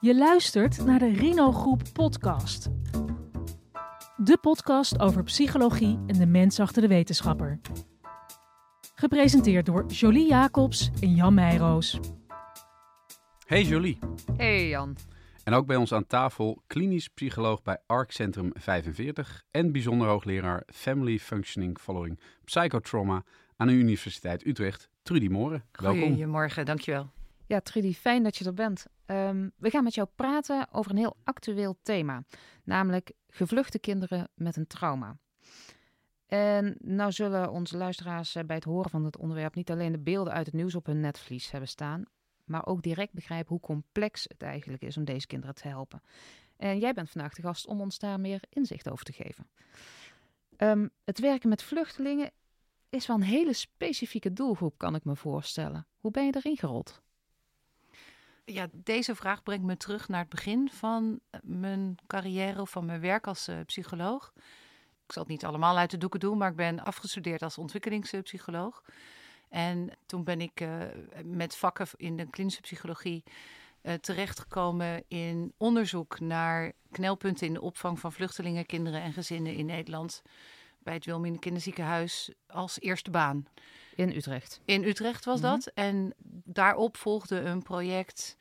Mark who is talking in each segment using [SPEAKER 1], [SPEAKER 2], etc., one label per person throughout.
[SPEAKER 1] Je luistert naar de Rino Groep podcast. De podcast over psychologie en de mens achter de wetenschapper. Gepresenteerd door Jolie Jacobs en Jan Meijroos.
[SPEAKER 2] Hey Jolie.
[SPEAKER 3] Hey Jan.
[SPEAKER 2] En ook bij ons aan tafel klinisch psycholoog bij ARC Centrum 45 en bijzonder hoogleraar Family Functioning Following Psychotrauma aan de Universiteit Utrecht, Trudy Mooren. Welkom.
[SPEAKER 3] Goedemorgen, dankjewel. Ja, Trudy, fijn dat je er bent. We gaan met jou praten over een heel actueel thema, namelijk gevluchte kinderen met een trauma. En nou zullen onze luisteraars bij het horen van het onderwerp niet alleen de beelden uit het nieuws op hun netvlies hebben staan, maar ook direct begrijpen hoe complex het eigenlijk is om deze kinderen te helpen. En jij bent vandaag de gast om ons daar meer inzicht over te geven. Het werken met vluchtelingen is wel een hele specifieke doelgroep, kan ik me voorstellen. Hoe ben je erin gerold?
[SPEAKER 4] Ja, deze vraag brengt me terug naar het begin van mijn carrière of van mijn werk als psycholoog. Ik zal het niet allemaal uit de doeken doen, maar ik ben afgestudeerd als ontwikkelingspsycholoog. En toen ben ik met vakken in de klinische psychologie terechtgekomen in onderzoek naar knelpunten in de opvang van vluchtelingen, kinderen en gezinnen in Nederland. Bij het Wilhelmina Kinderziekenhuis als eerste baan.
[SPEAKER 3] In Utrecht?
[SPEAKER 4] In Utrecht was dat. En daarop volgde een project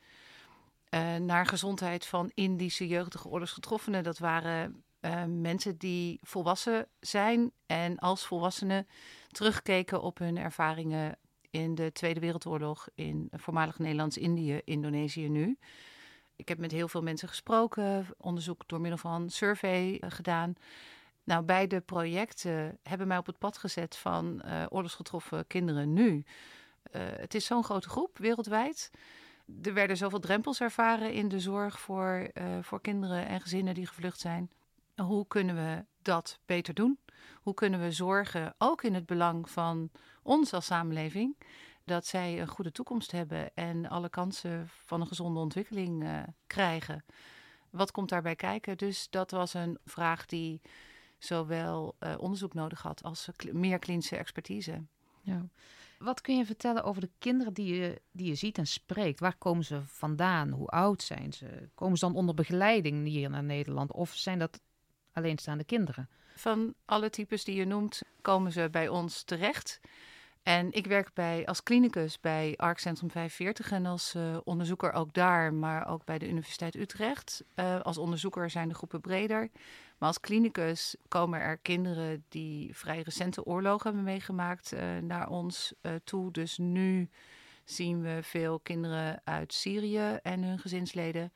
[SPEAKER 4] naar gezondheid van Indische jeugdige oorlogsgetroffenen. Dat waren mensen die volwassen zijn en als volwassenen terugkeken op hun ervaringen in de Tweede Wereldoorlog in voormalig Nederlands-Indië, Indonesië nu. Ik heb met heel veel mensen gesproken, onderzoek door middel van survey gedaan. Nou, beide projecten hebben mij op het pad gezet van oorlogsgetroffen kinderen nu. Het is zo'n grote groep wereldwijd. Er werden zoveel drempels ervaren in de zorg voor kinderen en gezinnen die gevlucht zijn. Hoe kunnen we dat beter doen? Hoe kunnen we zorgen, ook in het belang van ons als samenleving, dat zij een goede toekomst hebben en alle kansen van een gezonde ontwikkeling krijgen? Wat komt daarbij kijken? Dus dat was een vraag die zowel onderzoek nodig had als meer klinische expertise.
[SPEAKER 3] Ja. Wat kun je vertellen over de kinderen die je ziet en spreekt? Waar komen ze vandaan? Hoe oud zijn ze? Komen ze dan onder begeleiding hier naar Nederland? Of zijn dat alleenstaande kinderen?
[SPEAKER 4] Van alle types die je noemt komen ze bij ons terecht. En ik werk als klinicus bij ARC Centrum 45 en als onderzoeker ook daar, maar ook bij de Universiteit Utrecht. Als onderzoeker zijn de groepen breder. Maar als klinicus komen er kinderen die vrij recente oorlogen hebben meegemaakt naar ons toe. Dus nu zien we veel kinderen uit Syrië en hun gezinsleden.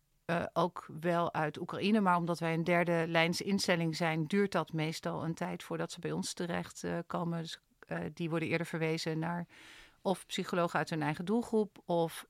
[SPEAKER 4] Ook wel uit Oekraïne, maar omdat wij een derde lijns instelling zijn, duurt dat meestal een tijd voordat ze bij ons terecht komen. Dus die worden eerder verwezen naar of psychologen uit hun eigen doelgroep of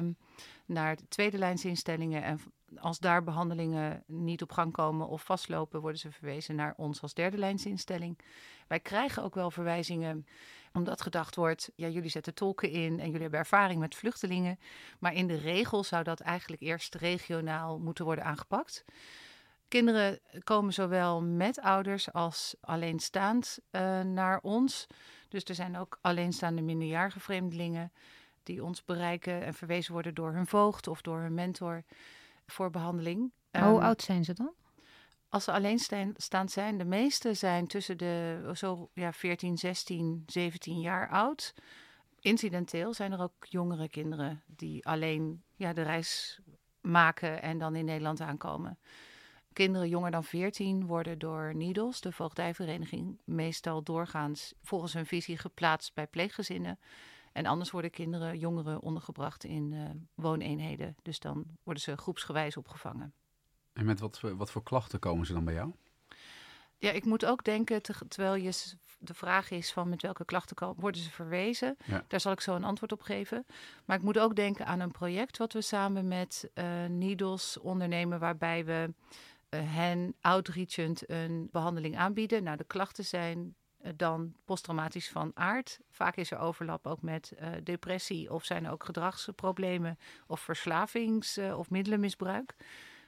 [SPEAKER 4] naar de tweede lijnsinstellingen. En als daar behandelingen niet op gang komen of vastlopen, worden ze verwezen naar ons als derde lijnsinstelling. Wij krijgen ook wel verwijzingen omdat gedacht wordt, ja, jullie zetten tolken in en jullie hebben ervaring met vluchtelingen. Maar in de regel zou dat eigenlijk eerst regionaal moeten worden aangepakt. Kinderen komen zowel met ouders als alleenstaand naar ons. Dus er zijn ook alleenstaande minderjarige vreemdelingen die ons bereiken en verwezen worden door hun voogd of door hun mentor voor behandeling.
[SPEAKER 3] Hoe oud zijn ze dan?
[SPEAKER 4] Als ze alleenstaand zijn, de meeste zijn tussen de 14, 16, 17 jaar oud. Incidenteel zijn er ook jongere kinderen die alleen de reis maken en dan in Nederland aankomen. Kinderen jonger dan 14 worden door NIDOS, de voogdijvereniging, meestal doorgaans volgens hun visie geplaatst bij pleeggezinnen. En anders worden jongeren ondergebracht in wooneenheden. Dus dan worden ze groepsgewijs opgevangen.
[SPEAKER 2] En met wat voor klachten komen ze dan bij jou?
[SPEAKER 4] Ja, ik moet ook denken, terwijl de vraag is van met welke klachten worden ze verwezen. Ja. Daar zal ik zo een antwoord op geven. Maar ik moet ook denken aan een project wat we samen met NIDOS ondernemen, waarbij we hen outreachend een behandeling aanbieden. Nou, de klachten zijn dan posttraumatisch van aard. Vaak is er overlap ook met depressie of zijn er ook gedragsproblemen of verslavings- of middelenmisbruik.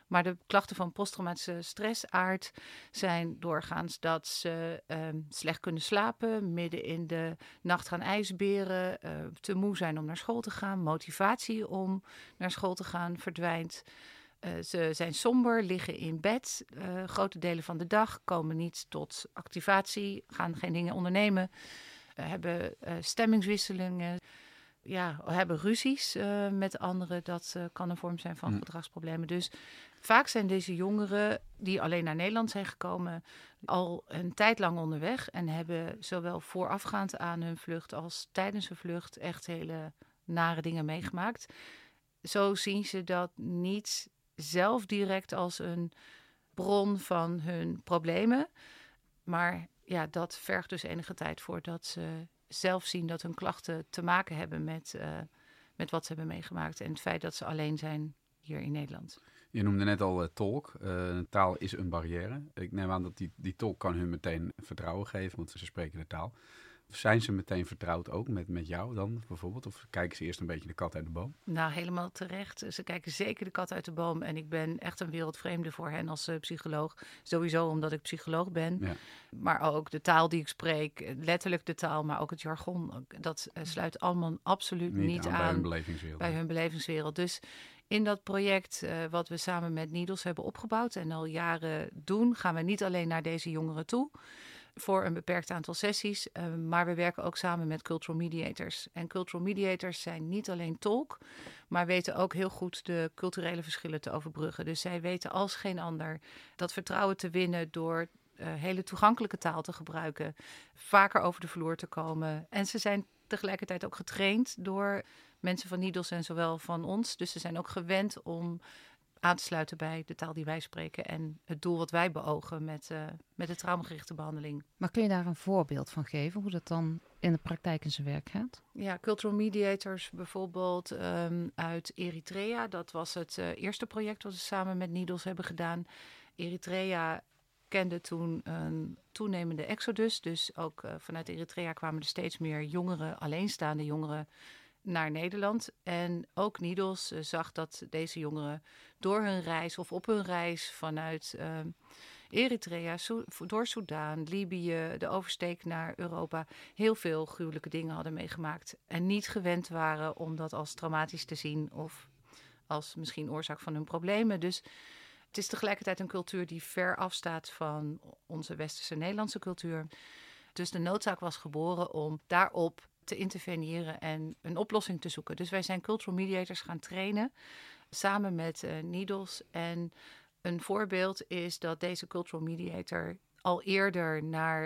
[SPEAKER 4] Maar de klachten van posttraumatische stressaard zijn doorgaans dat ze slecht kunnen slapen, midden in de nacht gaan ijsberen, te moe zijn om naar school te gaan, motivatie om naar school te gaan verdwijnt. Ze zijn somber, liggen in bed, grote delen van de dag, komen niet tot activatie, gaan geen dingen ondernemen, hebben stemmingswisselingen. Ja, hebben ruzies met anderen. Dat kan een vorm zijn van gedragsproblemen. Dus vaak zijn deze jongeren die alleen naar Nederland zijn gekomen al een tijd lang onderweg en hebben zowel voorafgaand aan hun vlucht als tijdens hun vlucht echt hele nare dingen meegemaakt. Zo zien ze dat niet zelf direct als een bron van hun problemen. Maar ja, dat vergt dus enige tijd voordat ze zelf zien dat hun klachten te maken hebben met wat ze hebben meegemaakt. En het feit dat ze alleen zijn hier in Nederland.
[SPEAKER 2] Je noemde net al tolk. Taal is een barrière. Ik neem aan dat die tolk kan hun meteen vertrouwen geven, want ze spreken de taal. Zijn ze meteen vertrouwd ook met jou dan bijvoorbeeld? Of kijken ze eerst een beetje de kat uit de boom?
[SPEAKER 4] Nou, helemaal terecht. Ze kijken zeker de kat uit de boom. En ik ben echt een wereldvreemde voor hen als psycholoog. Sowieso omdat ik psycholoog ben. Ja. Maar ook de taal die ik spreek, letterlijk de taal, maar ook het jargon. Dat sluit allemaal absoluut niet aan bij hun belevingswereld. Dus in dat project wat we samen met Needles hebben opgebouwd en al jaren doen, gaan we niet alleen naar deze jongeren toe voor een beperkt aantal sessies, maar we werken ook samen met cultural mediators. En cultural mediators zijn niet alleen tolk, maar weten ook heel goed de culturele verschillen te overbruggen. Dus zij weten als geen ander dat vertrouwen te winnen door hele toegankelijke taal te gebruiken, vaker over de vloer te komen. En ze zijn tegelijkertijd ook getraind door mensen van Needles en zowel van ons. Dus ze zijn ook gewend om aan te sluiten bij de taal die wij spreken en het doel wat wij beogen met de traumagerichte behandeling.
[SPEAKER 3] Maar kun je daar een voorbeeld van geven, hoe dat dan in de praktijk in zijn werk gaat?
[SPEAKER 4] Ja, cultural mediators bijvoorbeeld uit Eritrea. Dat was het eerste project wat we samen met Needles hebben gedaan. Eritrea kende toen een toenemende exodus. Dus ook vanuit Eritrea kwamen er steeds meer jongeren, alleenstaande jongeren, naar Nederland. En ook Needles zag dat deze jongeren door hun reis of op hun reis vanuit Eritrea, door Soudaan, Libië, de oversteek naar Europa, heel veel gruwelijke dingen hadden meegemaakt. En niet gewend waren om dat als traumatisch te zien of als misschien oorzaak van hun problemen. Dus het is tegelijkertijd een cultuur die ver afstaat van onze westerse Nederlandse cultuur. Dus de noodzaak was geboren om daarop te interveneren en een oplossing te zoeken. Dus wij zijn cultural mediators gaan trainen samen met Needles. En een voorbeeld is dat deze cultural mediator al eerder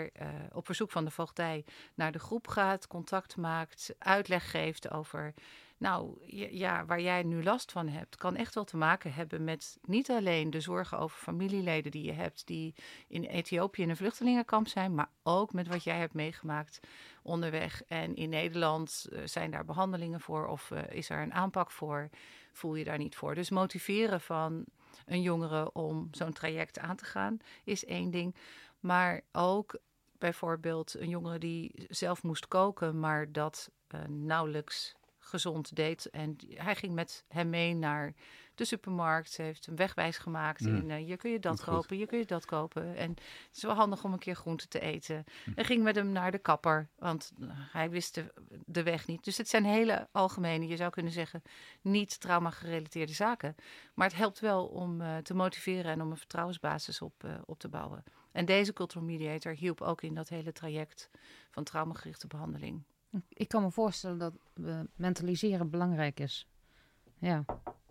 [SPEAKER 4] op verzoek van de voogdij naar de groep gaat, contact maakt, uitleg geeft over, nou ja, waar jij nu last van hebt, kan echt wel te maken hebben met niet alleen de zorgen over familieleden die je hebt, die in Ethiopië in een vluchtelingenkamp zijn, maar ook met wat jij hebt meegemaakt onderweg. En in Nederland zijn daar behandelingen voor of is er een aanpak voor, voel je daar niet voor. Dus motiveren van een jongere om zo'n traject aan te gaan is één ding. Maar ook bijvoorbeeld een jongere die zelf moest koken, maar dat nauwelijks gezond deed. En hij ging met hem mee naar de supermarkt. Ze heeft een wegwijs gemaakt. En hier kun je dat kopen, hier kun je dat kopen. En het is wel handig om een keer groente te eten. En ging met hem naar de kapper, want hij wist de weg niet. Dus het zijn hele algemene, je zou kunnen zeggen, niet trauma-gerelateerde zaken. Maar het helpt wel om te motiveren en om een vertrouwensbasis op te bouwen. En deze cultural mediator hielp ook in dat hele traject van traumagerichte behandeling.
[SPEAKER 3] Ik kan me voorstellen dat mentaliseren belangrijk is. Ja.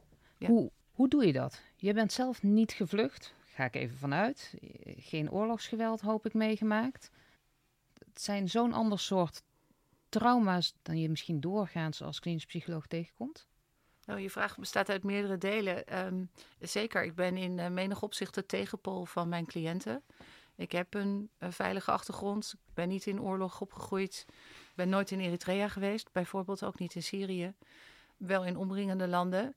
[SPEAKER 3] Hoe doe je dat? Je bent zelf niet gevlucht, ga ik even vanuit. Geen oorlogsgeweld hoop ik meegemaakt. Het zijn zo'n ander soort trauma's dan je misschien doorgaans als klinisch psycholoog tegenkomt.
[SPEAKER 4] Nou, je vraag bestaat uit meerdere delen. Zeker, ik ben in menig opzicht de tegenpool van mijn cliënten. Ik heb een veilige achtergrond. Ik ben niet in oorlog opgegroeid. Ik ben nooit in Eritrea geweest, bijvoorbeeld ook niet in Syrië. Wel in omringende landen.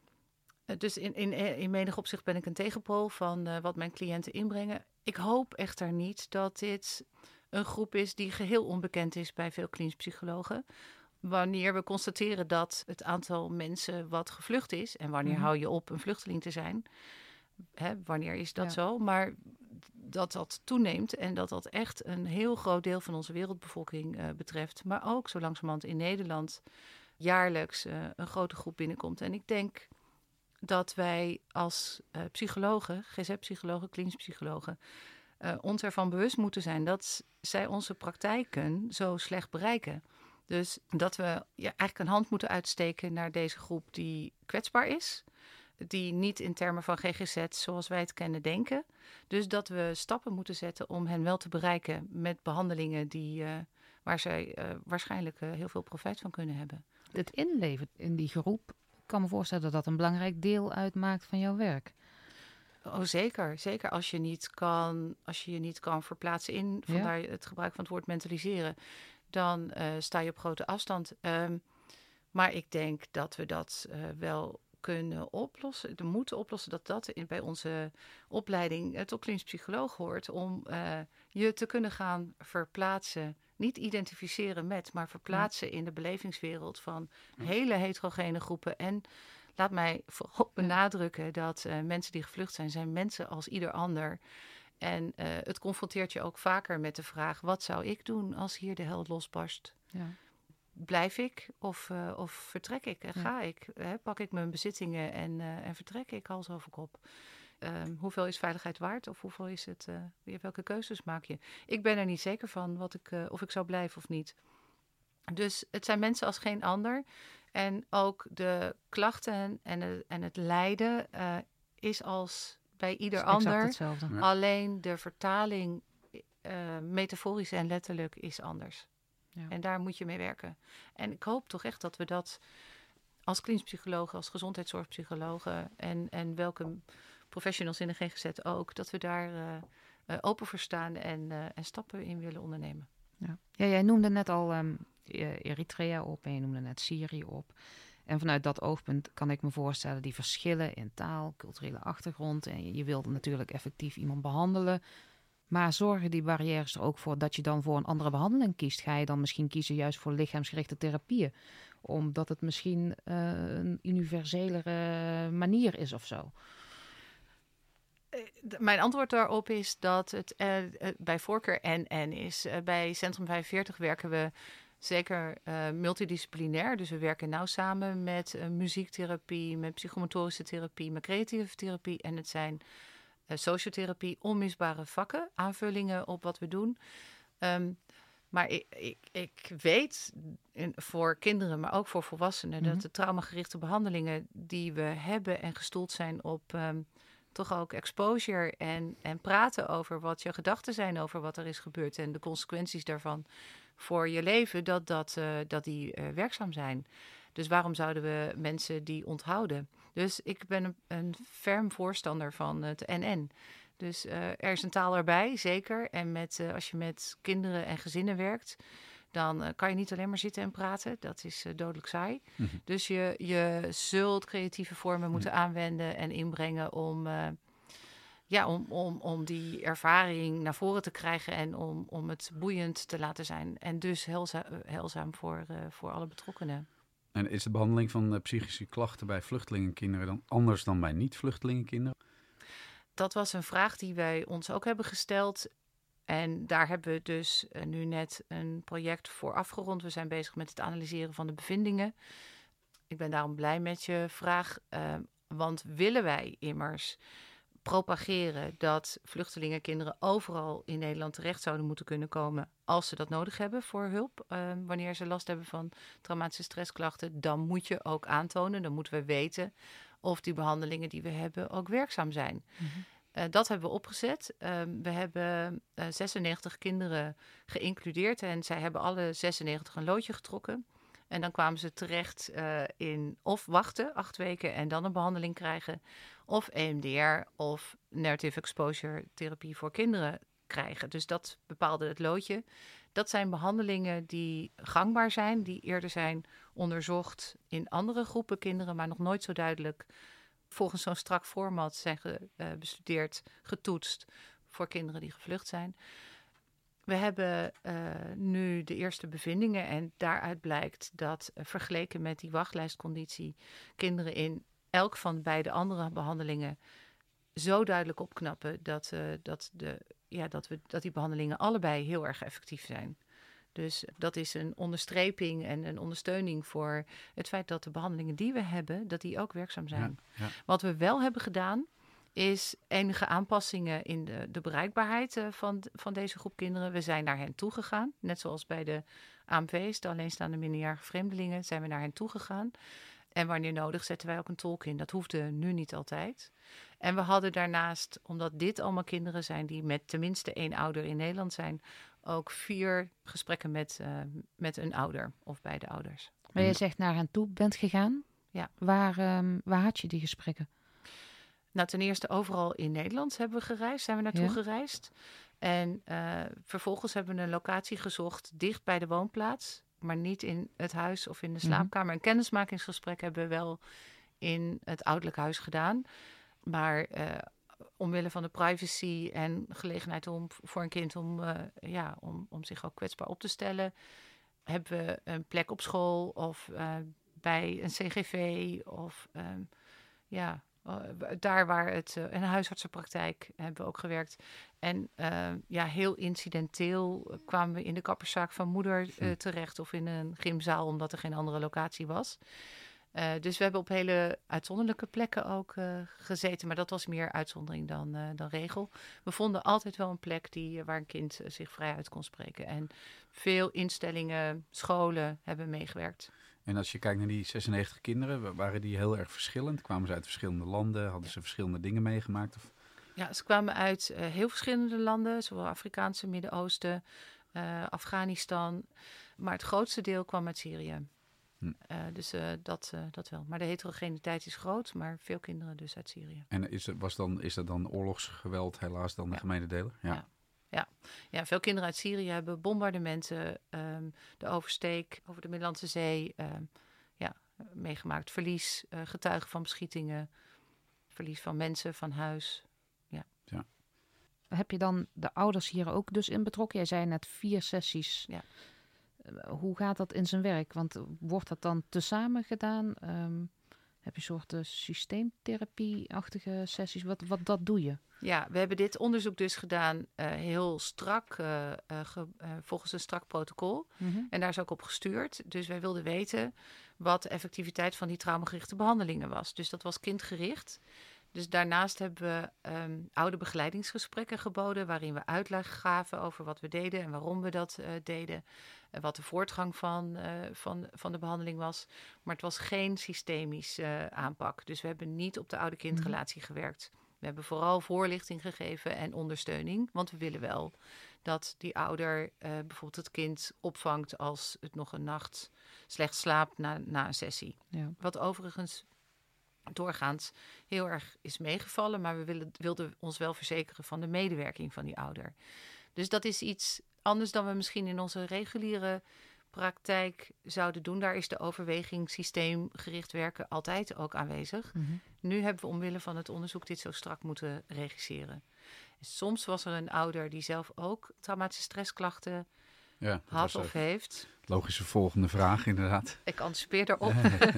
[SPEAKER 4] Dus in menig opzicht ben ik een tegenpool van wat mijn cliënten inbrengen. Ik hoop echter niet dat dit een groep is die geheel onbekend is bij veel klinisch psychologen. Wanneer we constateren dat het aantal mensen wat gevlucht is, en wanneer hou je op een vluchteling te zijn, Wanneer is dat zo? Maar dat toeneemt en dat echt een heel groot deel van onze wereldbevolking betreft. Maar ook zo langzamerhand in Nederland jaarlijks een grote groep binnenkomt. En ik denk dat wij als psychologen, GZ-psychologen, klinisch psychologen, ons ervan bewust moeten zijn dat zij onze praktijken zo slecht bereiken. Dus dat we eigenlijk een hand moeten uitsteken naar deze groep die kwetsbaar is. Die niet in termen van GGZ zoals wij het kennen denken. Dus dat we stappen moeten zetten om hen wel te bereiken met behandelingen waar zij waarschijnlijk heel veel profijt van kunnen hebben.
[SPEAKER 3] Het inleven in die groep, ik kan me voorstellen dat dat een belangrijk deel uitmaakt van jouw werk.
[SPEAKER 4] Oh, zeker. Zeker als je je niet kan verplaatsen in, vandaar het gebruik van het woord mentaliseren, dan sta je op grote afstand. Maar ik denk dat we dat wel kunnen oplossen, moeten oplossen, dat bij onze opleiding tot klinisch psycholoog hoort, om je te kunnen gaan verplaatsen, niet identificeren met, maar verplaatsen in de belevingswereld van hele heterogene groepen. En laat mij vooral benadrukken dat mensen die gevlucht zijn mensen als ieder ander. En het confronteert je ook vaker met de vraag, wat zou ik doen als hier de hel losbarst?
[SPEAKER 3] Ja.
[SPEAKER 4] Blijf ik of vertrek ik? Ga ik? Pak ik mijn bezittingen en vertrek ik hals over kop? Hoeveel is veiligheid waard? Of hoeveel is het? Welke keuzes maak je? Ik ben er niet zeker van of ik zou blijven of niet. Dus het zijn mensen als geen ander. En ook de klachten en het lijden is als bij ieder ander.
[SPEAKER 3] Hetzelfde.
[SPEAKER 2] Ja.
[SPEAKER 4] Alleen de vertaling, metaforisch en letterlijk, is anders.
[SPEAKER 3] Ja.
[SPEAKER 4] En daar moet je mee werken. En ik hoop toch echt dat we dat als klinisch psychologen, als gezondheidszorgpsychologen en welke professionals in de GGZ ook, dat we daar open voor staan en stappen in willen ondernemen.
[SPEAKER 3] Ja. Ja, jij noemde net al Eritrea op en je noemde net Syrië op. En vanuit dat oogpunt kan ik me voorstellen die verschillen in taal, culturele achtergrond. En je wilde natuurlijk effectief iemand behandelen. Maar zorgen die barrières er ook voor dat je dan voor een andere behandeling kiest? Ga je dan misschien kiezen juist voor lichaamsgerichte therapieën? Omdat het misschien een universelere manier is of zo?
[SPEAKER 4] Mijn antwoord daarop is dat het bij voorkeur en is. Bij Centrum 45 werken we zeker multidisciplinair. Dus we werken nauw samen met muziektherapie, met psychomotorische therapie, met creatieve therapie. En het zijn sociotherapie, onmisbare vakken, aanvullingen op wat we doen. Maar ik weet voor kinderen, maar ook voor volwassenen, dat de traumagerichte behandelingen die we hebben en gestoeld zijn op toch ook exposure en praten over wat je gedachten zijn over wat er is gebeurd en de consequenties daarvan voor je leven, dat die werkzaam zijn. Dus waarom zouden we mensen die onthouden? Dus ik ben een ferm voorstander van het NN. Dus er is een taal erbij, zeker. En als je met kinderen en gezinnen werkt, dan kan je niet alleen maar zitten en praten. Dat is dodelijk saai. Mm-hmm. Dus je zult creatieve vormen moeten aanwenden en inbrengen om die ervaring naar voren te krijgen en om het boeiend te laten zijn. En dus heilzaam voor alle betrokkenen.
[SPEAKER 2] En is de behandeling van psychische klachten bij vluchtelingenkinderen dan anders dan bij niet-vluchtelingenkinderen?
[SPEAKER 4] Dat was een vraag die wij ons ook hebben gesteld. En daar hebben we dus nu net een project voor afgerond. We zijn bezig met het analyseren van de bevindingen. Ik ben daarom blij met je vraag. Want willen wij immers propageren dat vluchtelingenkinderen overal in Nederland terecht zouden moeten kunnen komen als ze dat nodig hebben voor hulp. Wanneer ze last hebben van traumatische stressklachten, dan moet je ook aantonen, dan moeten we weten of die behandelingen die we hebben ook werkzaam zijn. Mm-hmm. Dat hebben we opgezet. We hebben 96 kinderen geïncludeerd en zij hebben alle 96 een loodje getrokken. En dan kwamen ze terecht in of wachten 8 weken en dan een behandeling krijgen, of EMDR of narrative exposure therapie voor kinderen krijgen. Dus dat bepaalde het loodje. Dat zijn behandelingen die gangbaar zijn, die eerder zijn onderzocht in andere groepen kinderen, maar nog nooit zo duidelijk volgens zo'n strak format zijn bestudeerd, getoetst voor kinderen die gevlucht zijn. We hebben nu de eerste bevindingen en daaruit blijkt dat vergeleken met die wachtlijstconditie kinderen in elk van beide andere behandelingen zo duidelijk opknappen dat die behandelingen allebei heel erg effectief zijn. Dus dat is een onderstreping en een ondersteuning voor het feit dat de behandelingen die we hebben, dat die ook werkzaam zijn.
[SPEAKER 2] Ja.
[SPEAKER 4] Wat we wel hebben gedaan, is enige aanpassingen in de bereikbaarheid van deze groep kinderen. We zijn naar hen toegegaan, net zoals bij de AMV's, de alleenstaande minderjarige vreemdelingen, zijn we naar hen toegegaan. En wanneer nodig zetten wij ook een tolk in. Dat hoefde nu niet altijd. En we hadden daarnaast, omdat dit allemaal kinderen zijn die met tenminste 1 ouder in Nederland zijn, ook 4 gesprekken met een ouder of beide ouders.
[SPEAKER 3] Maar je zegt naar hen toe bent gegaan.
[SPEAKER 4] Ja.
[SPEAKER 3] Waar had je die gesprekken?
[SPEAKER 4] Nou, ten eerste overal in Nederland zijn we naartoe gereisd. En vervolgens hebben we een locatie gezocht dicht bij de woonplaats, maar niet in het huis of in de slaapkamer. Een kennismakingsgesprek hebben we wel in het ouderlijk huis gedaan. Maar omwille van de privacy en gelegenheid voor een kind om zich ook kwetsbaar op te stellen, hebben we een plek op school of bij een CGV of daar waar een huisartsenpraktijk hebben we ook gewerkt. En heel incidenteel kwamen we in de kapperszaak van moeder terecht of in een gymzaal, omdat er geen andere locatie was. Dus we hebben op hele uitzonderlijke plekken ook gezeten. Maar dat was meer uitzondering dan regel. We vonden altijd wel een plek waar een kind zich vrij uit kon spreken. En veel instellingen, scholen hebben meegewerkt.
[SPEAKER 2] En als je kijkt naar die 96 kinderen, waren die heel erg verschillend? Kwamen ze uit verschillende landen? Hadden ze verschillende dingen meegemaakt? Of?
[SPEAKER 4] Ja, ze kwamen uit heel verschillende landen. Zowel Afrikaanse, Midden-Oosten, Afghanistan. Maar het grootste deel kwam uit Syrië. Dus dat wel. Maar de heterogeniteit is groot, maar veel kinderen dus uit Syrië.
[SPEAKER 2] En is dat dan oorlogsgeweld helaas dan de gemene deler?
[SPEAKER 4] Ja, veel kinderen uit Syrië hebben bombardementen, de oversteek over de Middellandse Zee meegemaakt. Verlies, getuigen van beschietingen, verlies van mensen, van huis.
[SPEAKER 2] Ja.
[SPEAKER 3] Heb je dan de ouders hier ook dus in betrokken? Jij zei net 4 sessies.
[SPEAKER 4] Ja.
[SPEAKER 3] Hoe gaat dat in zijn werk? Want wordt dat dan tezamen gedaan? Heb je een soort systeemtherapie-achtige sessies? Wat dat doe je?
[SPEAKER 4] Ja, we hebben dit onderzoek dus gedaan heel strak, volgens een strak protocol. En daar is ook op gestuurd. Dus wij wilden weten wat de effectiviteit van die traumagerichte behandelingen was. Dus dat was kindgericht. Dus daarnaast hebben we oude begeleidingsgesprekken geboden, waarin we uitleg gaven over wat we deden en waarom we dat deden. En wat de voortgang van de behandeling was. Maar het was geen systemisch aanpak. Dus we hebben niet op de oude-kindrelatie gewerkt. We hebben vooral voorlichting gegeven en ondersteuning. Want we willen wel dat die ouder bijvoorbeeld het kind opvangt als het nog een nacht slecht slaapt na een sessie. Ja. Wat overigens doorgaans heel erg is meegevallen, maar we wilden ons wel verzekeren van de medewerking van die ouder. Dus dat is iets anders dan we misschien in onze reguliere praktijk zouden doen. Daar is de overweging systeemgericht werken altijd ook aanwezig. Nu hebben we omwille van het onderzoek dit zo strak moeten regisseren. Soms was er een ouder die zelf ook traumatische stressklachten had of heeft.
[SPEAKER 2] Logische volgende vraag, inderdaad.
[SPEAKER 4] Ik anticipeer daarop.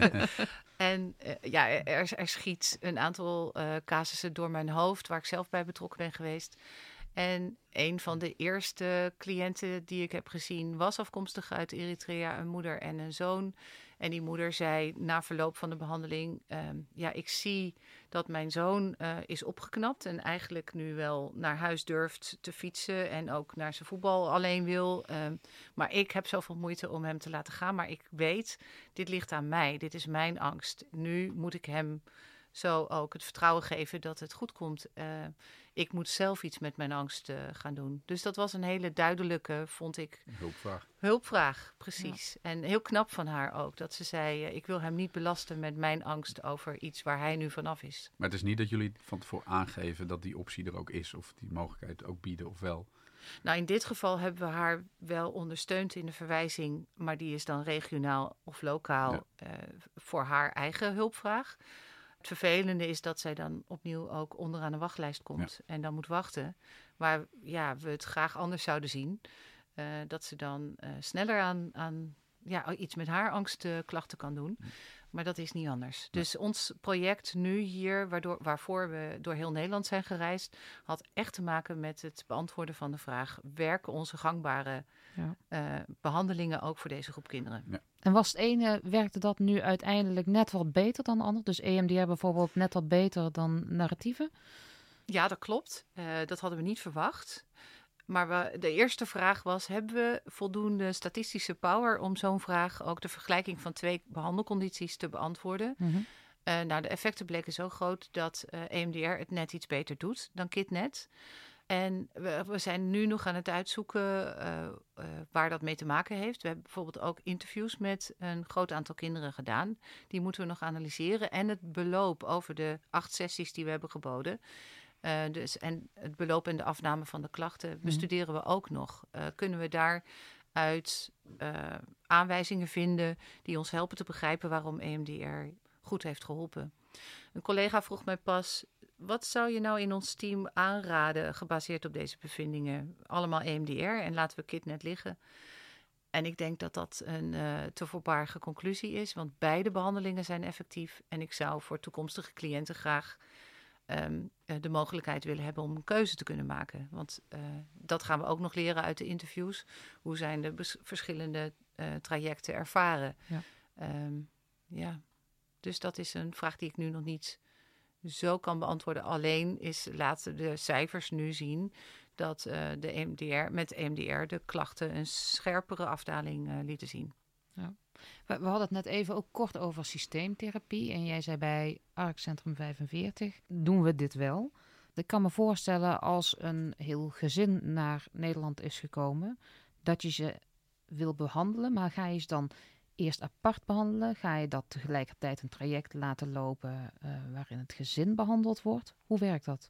[SPEAKER 4] En er schiet een aantal casussen door mijn hoofd waar ik zelf bij betrokken ben geweest. En een van de eerste cliënten die ik heb gezien was afkomstig uit Eritrea, een moeder en een zoon. En die moeder zei na verloop van de behandeling, ik zie dat mijn zoon is opgeknapt en eigenlijk nu wel naar huis durft te fietsen en ook naar zijn voetbal alleen wil. Maar ik heb zoveel moeite om hem te laten gaan. Maar ik weet, dit ligt aan mij. Dit is mijn angst. Nu moet ik hem zo ook het vertrouwen geven dat het goed komt. Ik moet zelf iets met mijn angst gaan doen. Dus dat was een hele duidelijke, vond ik, hulpvraag, precies. Ja. En heel knap van haar ook. Dat ze zei, ik wil hem niet belasten met mijn angst over iets waar hij nu vanaf is.
[SPEAKER 2] Maar het is niet dat jullie van tevoren aangeven dat die optie er ook is. Of die mogelijkheid ook bieden of wel.
[SPEAKER 4] Nou, in dit geval hebben we haar wel ondersteund in de verwijzing. Maar die is dan regionaal of lokaal voor haar eigen hulpvraag. Het vervelende is dat zij dan opnieuw ook onderaan de wachtlijst komt en dan moet wachten. Waar we het graag anders zouden zien. Dat ze dan sneller aan iets met haar angstklachten kan doen. Maar dat is niet anders. Dus ons project nu hier, waarvoor we door heel Nederland zijn gereisd, had echt te maken met het beantwoorden van de vraag: werken onze gangbare behandelingen ook voor deze groep kinderen?
[SPEAKER 2] Ja.
[SPEAKER 3] En was het ene, werkte dat nu uiteindelijk net wat beter dan de ander? Dus EMDR bijvoorbeeld net wat beter dan narratieven?
[SPEAKER 4] Ja, dat klopt. Dat hadden we niet verwacht. Maar de eerste vraag was: hebben we voldoende statistische power om zo'n vraag, ook de vergelijking van 2 behandelcondities, te beantwoorden?
[SPEAKER 3] Mm-hmm.
[SPEAKER 4] De effecten bleken zo groot dat EMDR het net iets beter doet dan KidNet. En we zijn nu nog aan het uitzoeken waar dat mee te maken heeft. We hebben bijvoorbeeld ook interviews met een groot aantal kinderen gedaan. Die moeten we nog analyseren. En het beloop over de 8 sessies die we hebben geboden. En het beloop en de afname van de klachten bestuderen we ook nog. Kunnen we daaruit aanwijzingen vinden die ons helpen te begrijpen waarom EMDR goed heeft geholpen? Een collega vroeg mij pas: wat zou je nou in ons team aanraden gebaseerd op deze bevindingen? Allemaal EMDR en laten we KidNet liggen. En ik denk dat dat een te voorbarige conclusie is, want beide behandelingen zijn effectief. En ik zou voor toekomstige cliënten graag de mogelijkheid willen hebben om een keuze te kunnen maken. Want dat gaan we ook nog leren uit de interviews. Hoe zijn de verschillende trajecten ervaren? Ja. Dus dat is een vraag die ik nu nog niet zo kan beantwoorden. Alleen laten de cijfers nu zien dat met EMDR de klachten een scherpere afdaling lieten zien.
[SPEAKER 3] Ja. We hadden het net even ook kort over systeemtherapie. En jij zei bij ARC-centrum 45 doen we dit wel. Ik kan me voorstellen als een heel gezin naar Nederland is gekomen, dat je ze wil behandelen. Maar ga je ze dan eerst apart behandelen? Ga je dat tegelijkertijd een traject laten lopen waarin het gezin behandeld wordt? Hoe werkt dat?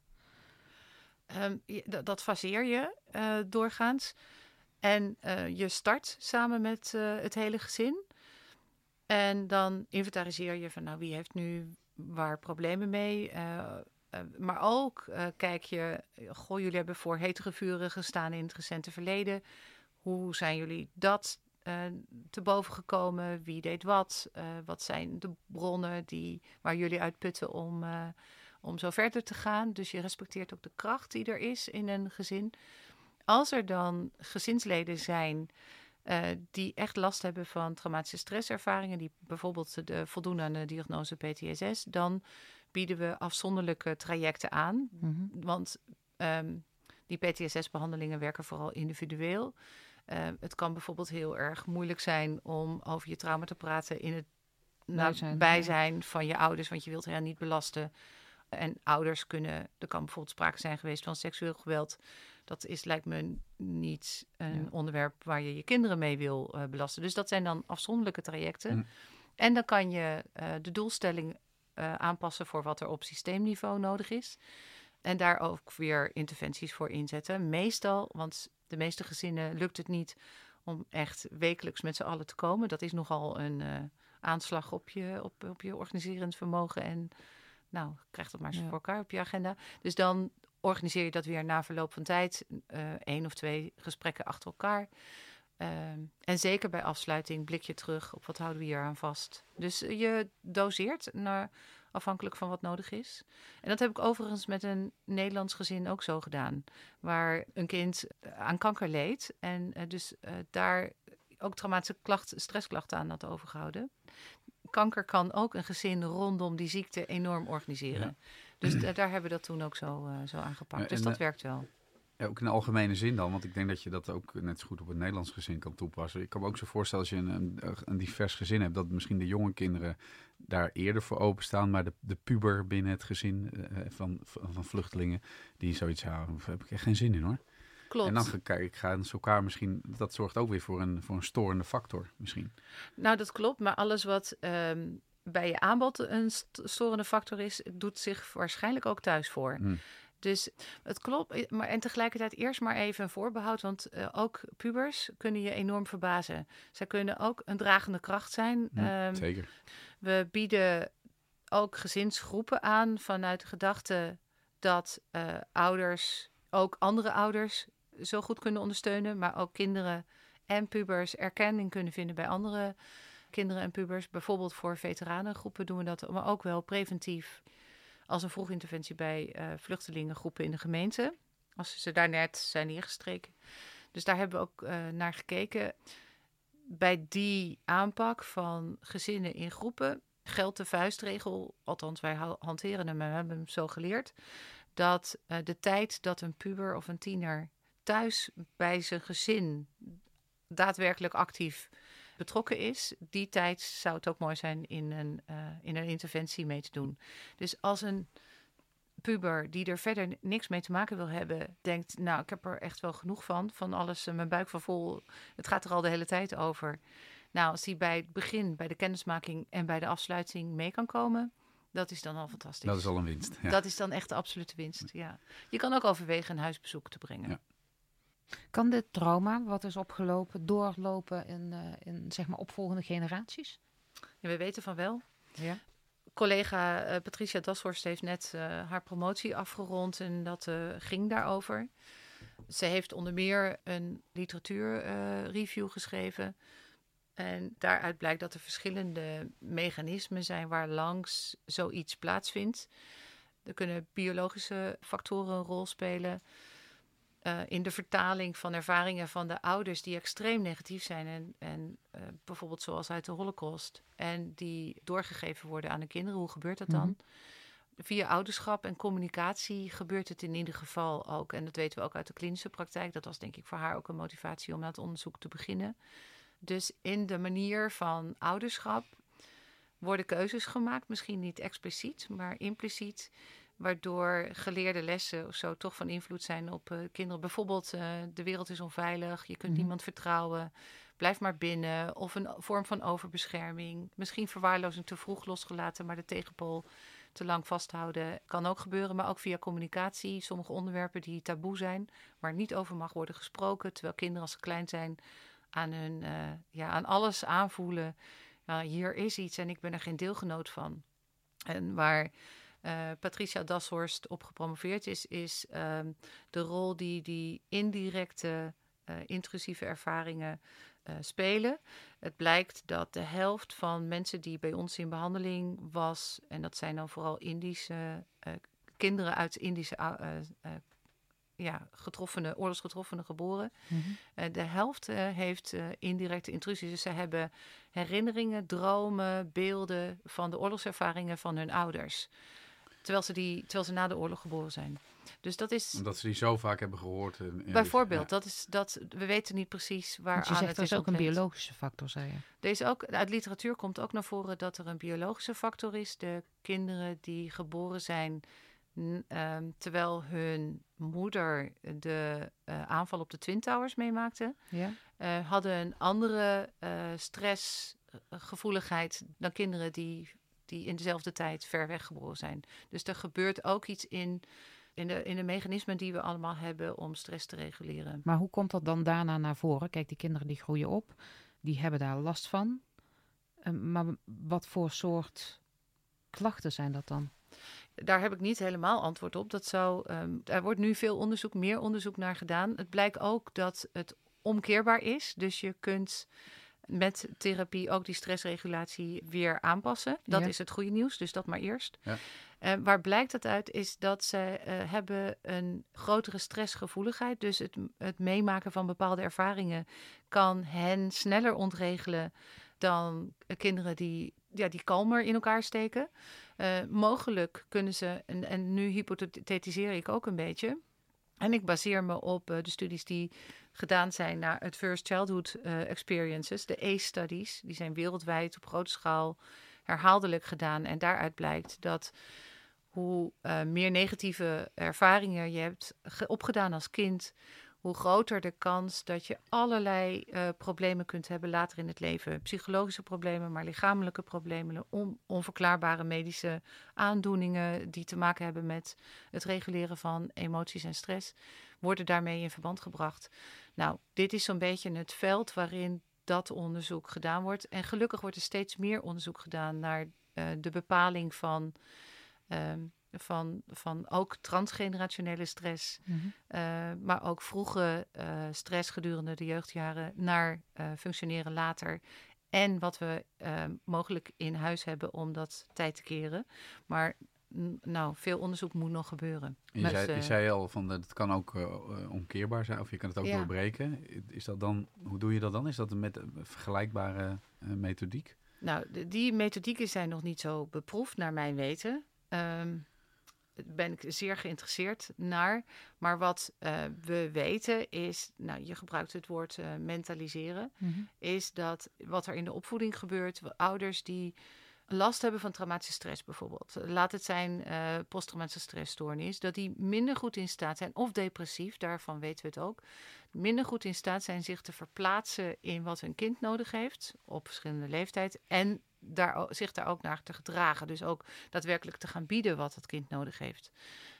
[SPEAKER 4] Dat faseer je doorgaans. En je start samen met het hele gezin. En dan inventariseer je van wie heeft nu waar problemen mee. Maar ook kijk je, jullie hebben voor hetere vuren gestaan in het recente verleden. Hoe zijn jullie dat te boven gekomen? Wie deed wat? Wat zijn de bronnen waar jullie uit putten om zo verder te gaan? Dus je respecteert ook de kracht die er is in een gezin. Als er dan gezinsleden zijn die echt last hebben van traumatische stresservaringen, die bijvoorbeeld voldoen aan de diagnose PTSS, dan bieden we afzonderlijke trajecten aan. Mm-hmm. Want die PTSS-behandelingen werken vooral individueel. Het kan bijvoorbeeld heel erg moeilijk zijn om over je trauma te praten in het bijzijn van je ouders, want je wilt hen niet belasten. En ouders er kan bijvoorbeeld sprake zijn geweest van seksueel geweld. Dat lijkt me niet een onderwerp waar je kinderen mee wil belasten. Dus dat zijn dan afzonderlijke trajecten. Mm. En dan kan je de doelstelling aanpassen voor wat er op systeemniveau nodig is. En daar ook weer interventies voor inzetten. Meestal, want de meeste gezinnen lukt het niet om echt wekelijks met z'n allen te komen. Dat is nogal een aanslag op je organiserend vermogen. En krijg dat maar eens voor elkaar op je agenda. Dus dan organiseer je dat weer na verloop van tijd. 1 of 2 gesprekken achter elkaar. En zeker bij afsluiting blik je terug op wat houden we hier aan vast. Dus je doseert afhankelijk van wat nodig is. En dat heb ik overigens met een Nederlands gezin ook zo gedaan. Waar een kind aan kanker leed. En dus daar ook traumatische stressklachten aan had overgehouden. Kanker kan ook een gezin rondom die ziekte enorm organiseren. Ja. Dus daar hebben we dat toen ook zo aangepakt. Ja, dus dat werkt wel.
[SPEAKER 2] Ja, ook in de algemene zin dan. Want ik denk dat je dat ook net zo goed op het Nederlands gezin kan toepassen. Ik kan me ook zo voorstellen als je een divers gezin hebt, dat misschien de jonge kinderen daar eerder voor openstaan. Maar de puber binnen het gezin van vluchtelingen, die zoiets houden, daar heb ik echt geen zin in hoor.
[SPEAKER 4] Klopt.
[SPEAKER 2] En dan gaan ze elkaar misschien, dat zorgt ook weer voor een storende factor misschien.
[SPEAKER 4] Nou, dat klopt. Maar alles wat bij je aanbod een storende factor is, doet zich waarschijnlijk ook thuis voor. Hmm. Dus het klopt, en tegelijkertijd eerst maar even een voorbehoud, want ook pubers kunnen je enorm verbazen. Zij kunnen ook een dragende kracht zijn.
[SPEAKER 2] Zeker.
[SPEAKER 4] We bieden ook gezinsgroepen aan vanuit de gedachte dat ouders ook andere ouders zo goed kunnen ondersteunen, maar ook kinderen en pubers erkenning kunnen vinden bij andere kinderen en pubers. Bijvoorbeeld voor veteranengroepen doen we dat, maar ook wel preventief als een vroeginterventie bij vluchtelingengroepen in de gemeente. Als ze daar net zijn neergestreken. Dus daar hebben we ook naar gekeken. Bij die aanpak van gezinnen in groepen geldt de vuistregel, althans wij hanteren hem en we hebben hem zo geleerd, dat de tijd dat een puber of een tiener thuis bij zijn gezin daadwerkelijk actief betrokken is, die tijd zou het ook mooi zijn in een interventie mee te doen. Dus als een puber die er verder niks mee te maken wil hebben, denkt, nou, ik heb er echt wel genoeg van alles, mijn buik van vol, het gaat er al de hele tijd over. Nou, als die bij het begin, bij de kennismaking en bij de afsluiting mee kan komen, dat is dan al fantastisch.
[SPEAKER 2] Dat is al een winst. Ja.
[SPEAKER 4] Dat is dan echt de absolute winst, ja. Je kan ook overwegen een huisbezoek te brengen. Ja.
[SPEAKER 3] Kan dit trauma, wat is opgelopen, doorlopen in zeg maar opvolgende generaties?
[SPEAKER 4] Ja, we weten van wel.
[SPEAKER 3] Ja.
[SPEAKER 4] Collega Patricia Dashorst heeft net haar promotie afgerond en dat ging daarover. Ze heeft onder meer een literatuurreview geschreven. En daaruit blijkt dat er verschillende mechanismen zijn waar langs zoiets plaatsvindt. Er kunnen biologische factoren een rol spelen. In de vertaling van ervaringen van de ouders die extreem negatief zijn. En bijvoorbeeld zoals uit de Holocaust. En die doorgegeven worden aan de kinderen. Hoe gebeurt dat dan? Mm-hmm. Via ouderschap en communicatie gebeurt het in ieder geval ook. En dat weten we ook uit de klinische praktijk. Dat was denk ik voor haar ook een motivatie om aan het onderzoek te beginnen. Dus in de manier van ouderschap worden keuzes gemaakt. Misschien niet expliciet, maar impliciet. Waardoor geleerde lessen of zo toch van invloed zijn op kinderen. Bijvoorbeeld, de wereld is onveilig, je kunt niemand vertrouwen. Blijf maar binnen. Of een vorm van overbescherming. Misschien verwaarlozing te vroeg losgelaten, maar de tegenpool te lang vasthouden. Kan ook gebeuren, maar ook via communicatie. Sommige onderwerpen die taboe zijn, waar niet over mag worden gesproken. Terwijl kinderen als ze klein zijn aan alles aanvoelen. Hier is iets en ik ben er geen deelgenoot van. En waar Patricia Dashorst op gepromoveerd is de rol die indirecte intrusieve ervaringen spelen. Het blijkt dat de helft van mensen die bij ons in behandeling was, en dat zijn dan vooral Indische kinderen uit Indische oorlogsgetroffenen geboren. Mm-hmm. De helft heeft indirecte intrusies. Dus ze hebben herinneringen, dromen, beelden van de oorlogservaringen van hun ouders. Terwijl ze na de oorlog geboren zijn. Dus dat is...
[SPEAKER 2] Omdat ze die zo vaak hebben gehoord.
[SPEAKER 4] Bijvoorbeeld, we weten niet precies waar aan het is.
[SPEAKER 3] Er is ook een biologische factor, zei je.
[SPEAKER 4] Uit literatuur komt ook naar voren dat er een biologische factor is. De kinderen die geboren zijn terwijl hun moeder de aanval op de Twin Towers meemaakte, hadden een andere stressgevoeligheid dan kinderen die in dezelfde tijd ver weg geboren zijn. Dus er gebeurt ook iets in de mechanismen die we allemaal hebben om stress te reguleren.
[SPEAKER 3] Maar hoe komt dat dan daarna naar voren? Kijk, die kinderen die groeien op, die hebben daar last van. Maar wat voor soort klachten zijn dat dan?
[SPEAKER 4] Daar heb ik niet helemaal antwoord op. Er wordt nu meer onderzoek naar gedaan. Het blijkt ook dat het omkeerbaar is. Dus je kunt met therapie ook die stressregulatie weer aanpassen. Dat is het goede nieuws, dus dat maar eerst. Ja. Waar blijkt dat uit is dat ze hebben een grotere stressgevoeligheid. Dus het meemaken van bepaalde ervaringen kan hen sneller ontregelen dan kinderen die kalmer in elkaar steken. Mogelijk kunnen ze, en nu hypothetiseer ik ook een beetje, en ik baseer me op de studies die gedaan zijn naar het First Childhood Experiences, de ACE-studies. Die zijn wereldwijd op grote schaal herhaaldelijk gedaan. En daaruit blijkt dat hoe meer negatieve ervaringen je hebt opgedaan als kind, hoe groter de kans dat je allerlei problemen kunt hebben later in het leven. Psychologische problemen, maar lichamelijke problemen, onverklaarbare medische aandoeningen die te maken hebben met het reguleren van emoties en stress, worden daarmee in verband gebracht. Nou, dit is zo'n beetje het veld waarin dat onderzoek gedaan wordt. En gelukkig wordt er steeds meer onderzoek gedaan naar de bepaling van ook transgenerationele stress, maar ook vroege stress gedurende de jeugdjaren naar functioneren later. En wat we mogelijk in huis hebben om dat tijd te keren. Maar veel onderzoek moet nog gebeuren.
[SPEAKER 2] Je zei al, het kan ook omkeerbaar zijn of je kan het ook
[SPEAKER 3] Ja.
[SPEAKER 2] doorbreken. Is dat dan, hoe doe je dat dan? Is dat met een vergelijkbare methodiek?
[SPEAKER 4] Nou, die methodieken zijn nog niet zo beproefd, naar mijn weten. Ben ik zeer geïnteresseerd naar. Maar wat we weten is, je gebruikt het woord mentaliseren, is dat wat er in de opvoeding gebeurt, ouders die last hebben van traumatische stress bijvoorbeeld. Laat het zijn posttraumatische stressstoornis, dat die minder goed in staat zijn, of depressief, daarvan weten we het ook, minder goed in staat zijn zich te verplaatsen in wat hun kind nodig heeft, op verschillende leeftijd, en zich daar ook naar te gedragen. Dus ook daadwerkelijk te gaan bieden wat het kind nodig heeft.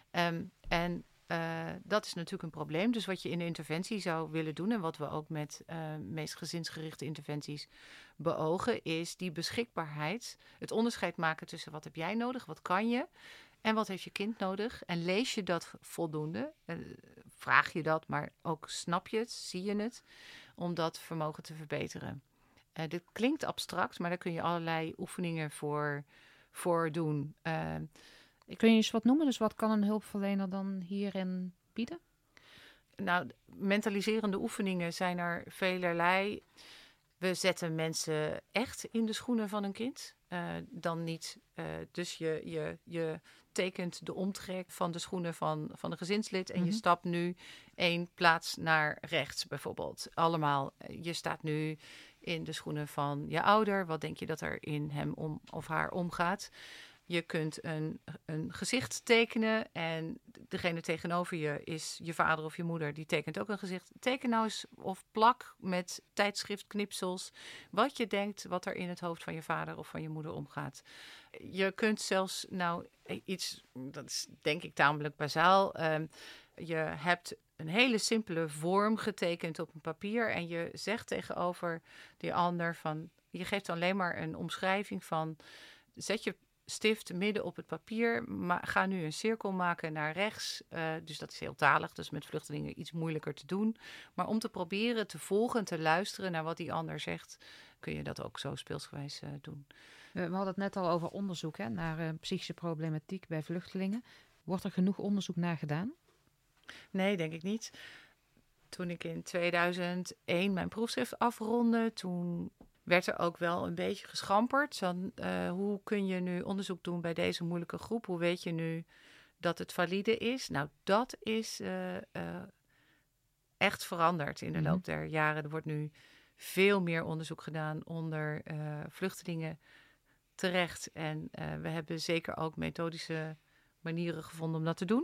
[SPEAKER 4] Dat is natuurlijk een probleem. Dus wat je in de interventie zou willen doen, en wat we ook met meest gezinsgerichte interventies beogen, is die beschikbaarheid. Het onderscheid maken tussen wat heb jij nodig, wat kan je, en wat heeft je kind nodig. En lees je dat voldoende? Vraag je dat, maar ook snap je het, zie je het, om dat vermogen te verbeteren. Dit klinkt abstract, maar daar kun je allerlei oefeningen voor doen.
[SPEAKER 3] Kun je eens wat noemen? Dus wat kan een hulpverlener dan hierin bieden?
[SPEAKER 4] Nou, mentaliserende oefeningen zijn er velerlei. We zetten mensen echt in de schoenen van een kind. Dan niet. Dus je tekent de omtrek van de schoenen van de gezinslid. En je stapt nu 1 plaats naar rechts bijvoorbeeld. Allemaal. Je staat nu in de schoenen van je ouder. Wat denk je dat er in hem of haar omgaat? Je kunt een gezicht tekenen en degene tegenover je is je vader of je moeder. Die tekent ook een gezicht. Teken nou eens of plak met tijdschriftknipsels wat je denkt wat er in het hoofd van je vader of van je moeder omgaat. Je kunt zelfs iets, dat is denk ik tamelijk bazaal. Je hebt een hele simpele vorm getekend op een papier en je zegt tegenover die ander van, je geeft alleen maar een omschrijving van, zet je stift midden op het papier, maar ga nu een cirkel maken naar rechts. Dus dat is heel talig, dus met vluchtelingen iets moeilijker te doen. Maar om te proberen te volgen en te luisteren naar wat die ander zegt, kun je dat ook zo speelsgewijs doen.
[SPEAKER 3] We hadden het net al over onderzoek naar psychische problematiek bij vluchtelingen. Wordt er genoeg onderzoek naar gedaan?
[SPEAKER 4] Nee, denk ik niet. Toen ik in 2001 mijn proefschrift afrondde, toen werd er ook wel een beetje geschamperd. Hoe kun je nu onderzoek doen bij deze moeilijke groep? Hoe weet je nu dat het valide is? Nou, dat is echt veranderd in de loop der jaren. Er wordt nu veel meer onderzoek gedaan onder vluchtelingen terecht. En we hebben zeker ook methodische manieren gevonden om dat te doen.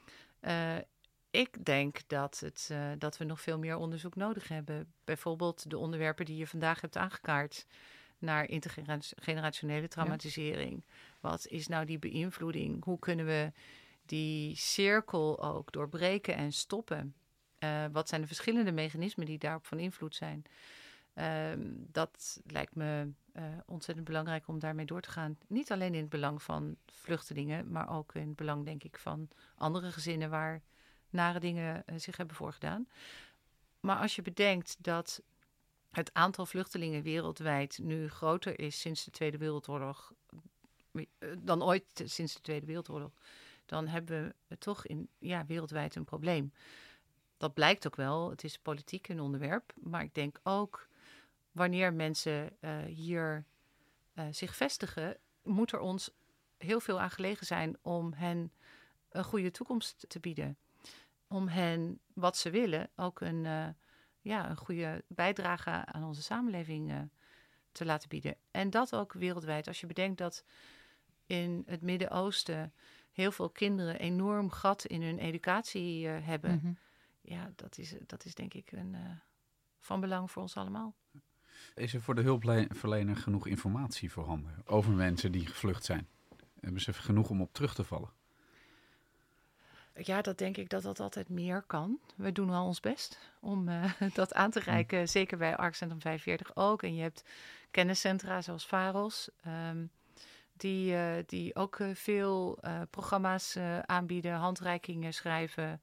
[SPEAKER 4] Ik denk dat we nog veel meer onderzoek nodig hebben. Bijvoorbeeld de onderwerpen die je vandaag hebt aangekaart naar intergenerationele traumatisering. Ja. Wat is nou die beïnvloeding? Hoe kunnen we die cirkel ook doorbreken en stoppen? Wat zijn de verschillende mechanismen die daarop van invloed zijn? Dat lijkt me ontzettend belangrijk om daarmee door te gaan. Niet alleen in het belang van vluchtelingen, maar ook in het belang, denk ik, van andere gezinnen waar nare dingen zich hebben voorgedaan. Maar als je bedenkt dat het aantal vluchtelingen wereldwijd nu groter is sinds de Tweede Wereldoorlog, dan ooit sinds de Tweede Wereldoorlog, dan hebben we toch wereldwijd een probleem. Dat blijkt ook wel. Het is politiek een onderwerp. Maar ik denk ook, wanneer mensen hier zich vestigen, moet er ons heel veel aan gelegen zijn om hen een goede toekomst te bieden. Om hen wat ze willen ook een goede bijdrage aan onze samenleving te laten bieden. En dat ook wereldwijd. Als je bedenkt dat in het Midden-Oosten heel veel kinderen een enorm gat in hun educatie hebben. Mm-hmm. Ja, dat is denk ik van belang voor ons allemaal.
[SPEAKER 2] Is er voor de hulpverlener genoeg informatie voorhanden over mensen die gevlucht zijn? Hebben ze genoeg om op terug te vallen?
[SPEAKER 4] Ja, dat denk ik dat altijd meer kan. We doen al ons best om dat aan te reiken. Zeker bij ArcCentrum 45 ook. En je hebt kenniscentra zoals VAROS, die ook veel programma's aanbieden, handreikingen schrijven.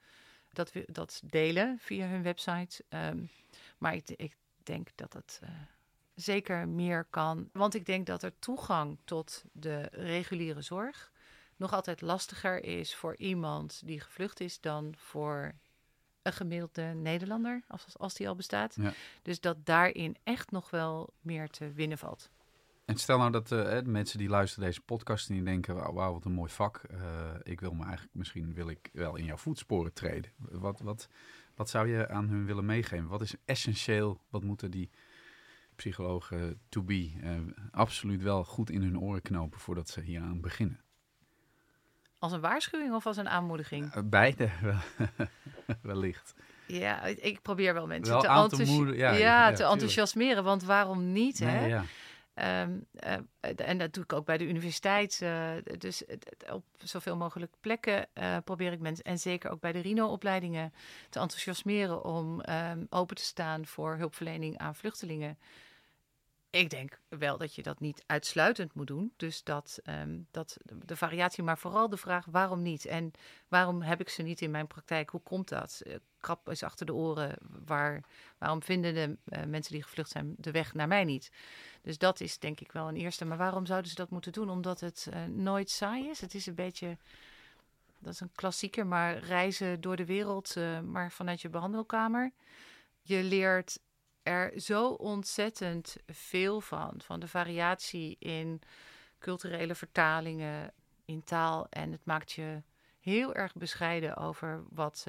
[SPEAKER 4] Dat delen via hun website. Maar ik denk dat het zeker meer kan. Want ik denk dat er toegang tot de reguliere zorg nog altijd lastiger is voor iemand die gevlucht is dan voor een gemiddelde Nederlander, als die al bestaat. Ja. Dus dat daarin echt nog wel meer te winnen valt.
[SPEAKER 2] En stel nou dat de mensen die luisteren deze podcast en die denken, wauw, wat een mooi vak. Misschien wil ik wel in jouw voetsporen treden. Wat zou je aan hun willen meegeven? Wat is essentieel? Wat moeten die psychologen to be absoluut wel goed in hun oren knopen voordat ze hier aan beginnen?
[SPEAKER 4] Als een waarschuwing of als een aanmoediging?
[SPEAKER 2] Beide wellicht.
[SPEAKER 4] Ja, ik probeer wel mensen
[SPEAKER 2] wel
[SPEAKER 4] te enthousiasmeren, want waarom niet?
[SPEAKER 2] Nee,
[SPEAKER 4] hè?
[SPEAKER 2] Ja.
[SPEAKER 4] En dat doe ik ook bij de universiteit. Dus op zoveel mogelijk plekken probeer ik mensen, en zeker ook bij de RINO-opleidingen, te enthousiasmeren om open te staan voor hulpverlening aan vluchtelingen. Ik denk wel dat je dat niet uitsluitend moet doen. Dus dat de variatie, maar vooral de vraag waarom niet? En waarom heb ik ze niet in mijn praktijk? Hoe komt dat? Krap eens achter de oren. Waarom vinden de mensen die gevlucht zijn de weg naar mij niet? Dus dat is denk ik wel een eerste. Maar waarom zouden ze dat moeten doen? Omdat het nooit saai is. Het is een beetje, dat is een klassieker, maar reizen door de wereld, maar vanuit je behandelkamer. Je leert er zo ontzettend veel van de variatie in culturele vertalingen, in taal. En het maakt je heel erg bescheiden over wat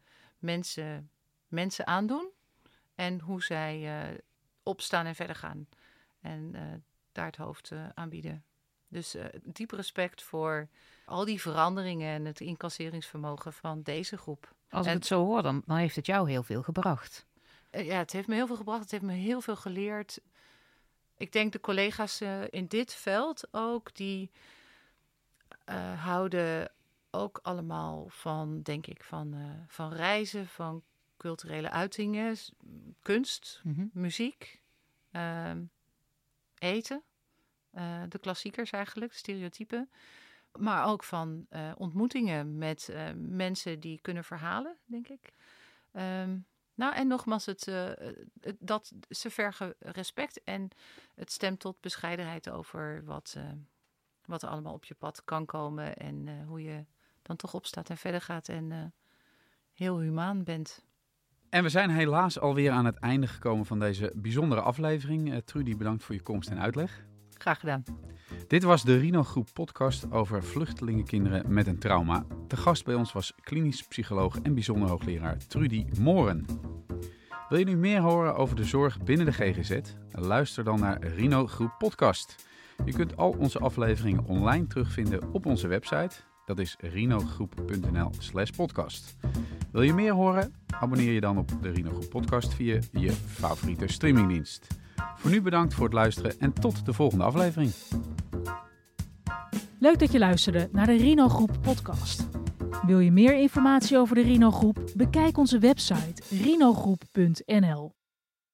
[SPEAKER 4] mensen aandoen en hoe zij opstaan en verder gaan. En daar het hoofd aanbieden. Dus diep respect voor al die veranderingen en het incasseringsvermogen van deze groep.
[SPEAKER 3] Als ik het zo hoor, dan heeft het jou heel veel gebracht.
[SPEAKER 4] Ja, het heeft me heel veel gebracht. Het heeft me heel veel geleerd. Ik denk de collega's in dit veld ook, die houden ook allemaal van, denk ik, van reizen, van culturele uitingen, kunst, muziek, eten, de klassiekers eigenlijk, de stereotypen. Maar ook van ontmoetingen met mensen die kunnen verhalen, denk ik. En nogmaals, ze vergen respect en het stemt tot bescheidenheid over wat er allemaal op je pad kan komen en hoe je dan toch opstaat en verder gaat en heel humaan bent.
[SPEAKER 2] En we zijn helaas alweer aan het einde gekomen van deze bijzondere aflevering. Trudy, bedankt voor je komst en uitleg.
[SPEAKER 4] Graag gedaan.
[SPEAKER 2] Dit was de RINO Groep podcast over vluchtelingenkinderen met een trauma. De gast bij ons was klinisch psycholoog en bijzonder hoogleraar Trudy Moren. Wil je nu meer horen over de zorg binnen de GGZ? Luister dan naar RINO Groep podcast. Je kunt al onze afleveringen online terugvinden op onze website. Dat is rinogroep.nl/podcast. Wil je meer horen? Abonneer je dan op de RINO Groep podcast via je favoriete streamingdienst. Voor nu bedankt voor het luisteren en tot de volgende aflevering.
[SPEAKER 1] Leuk dat je luisterde naar de RINO Groep podcast. Wil je meer informatie over de RINO Groep? Bekijk onze website rinogroep.nl.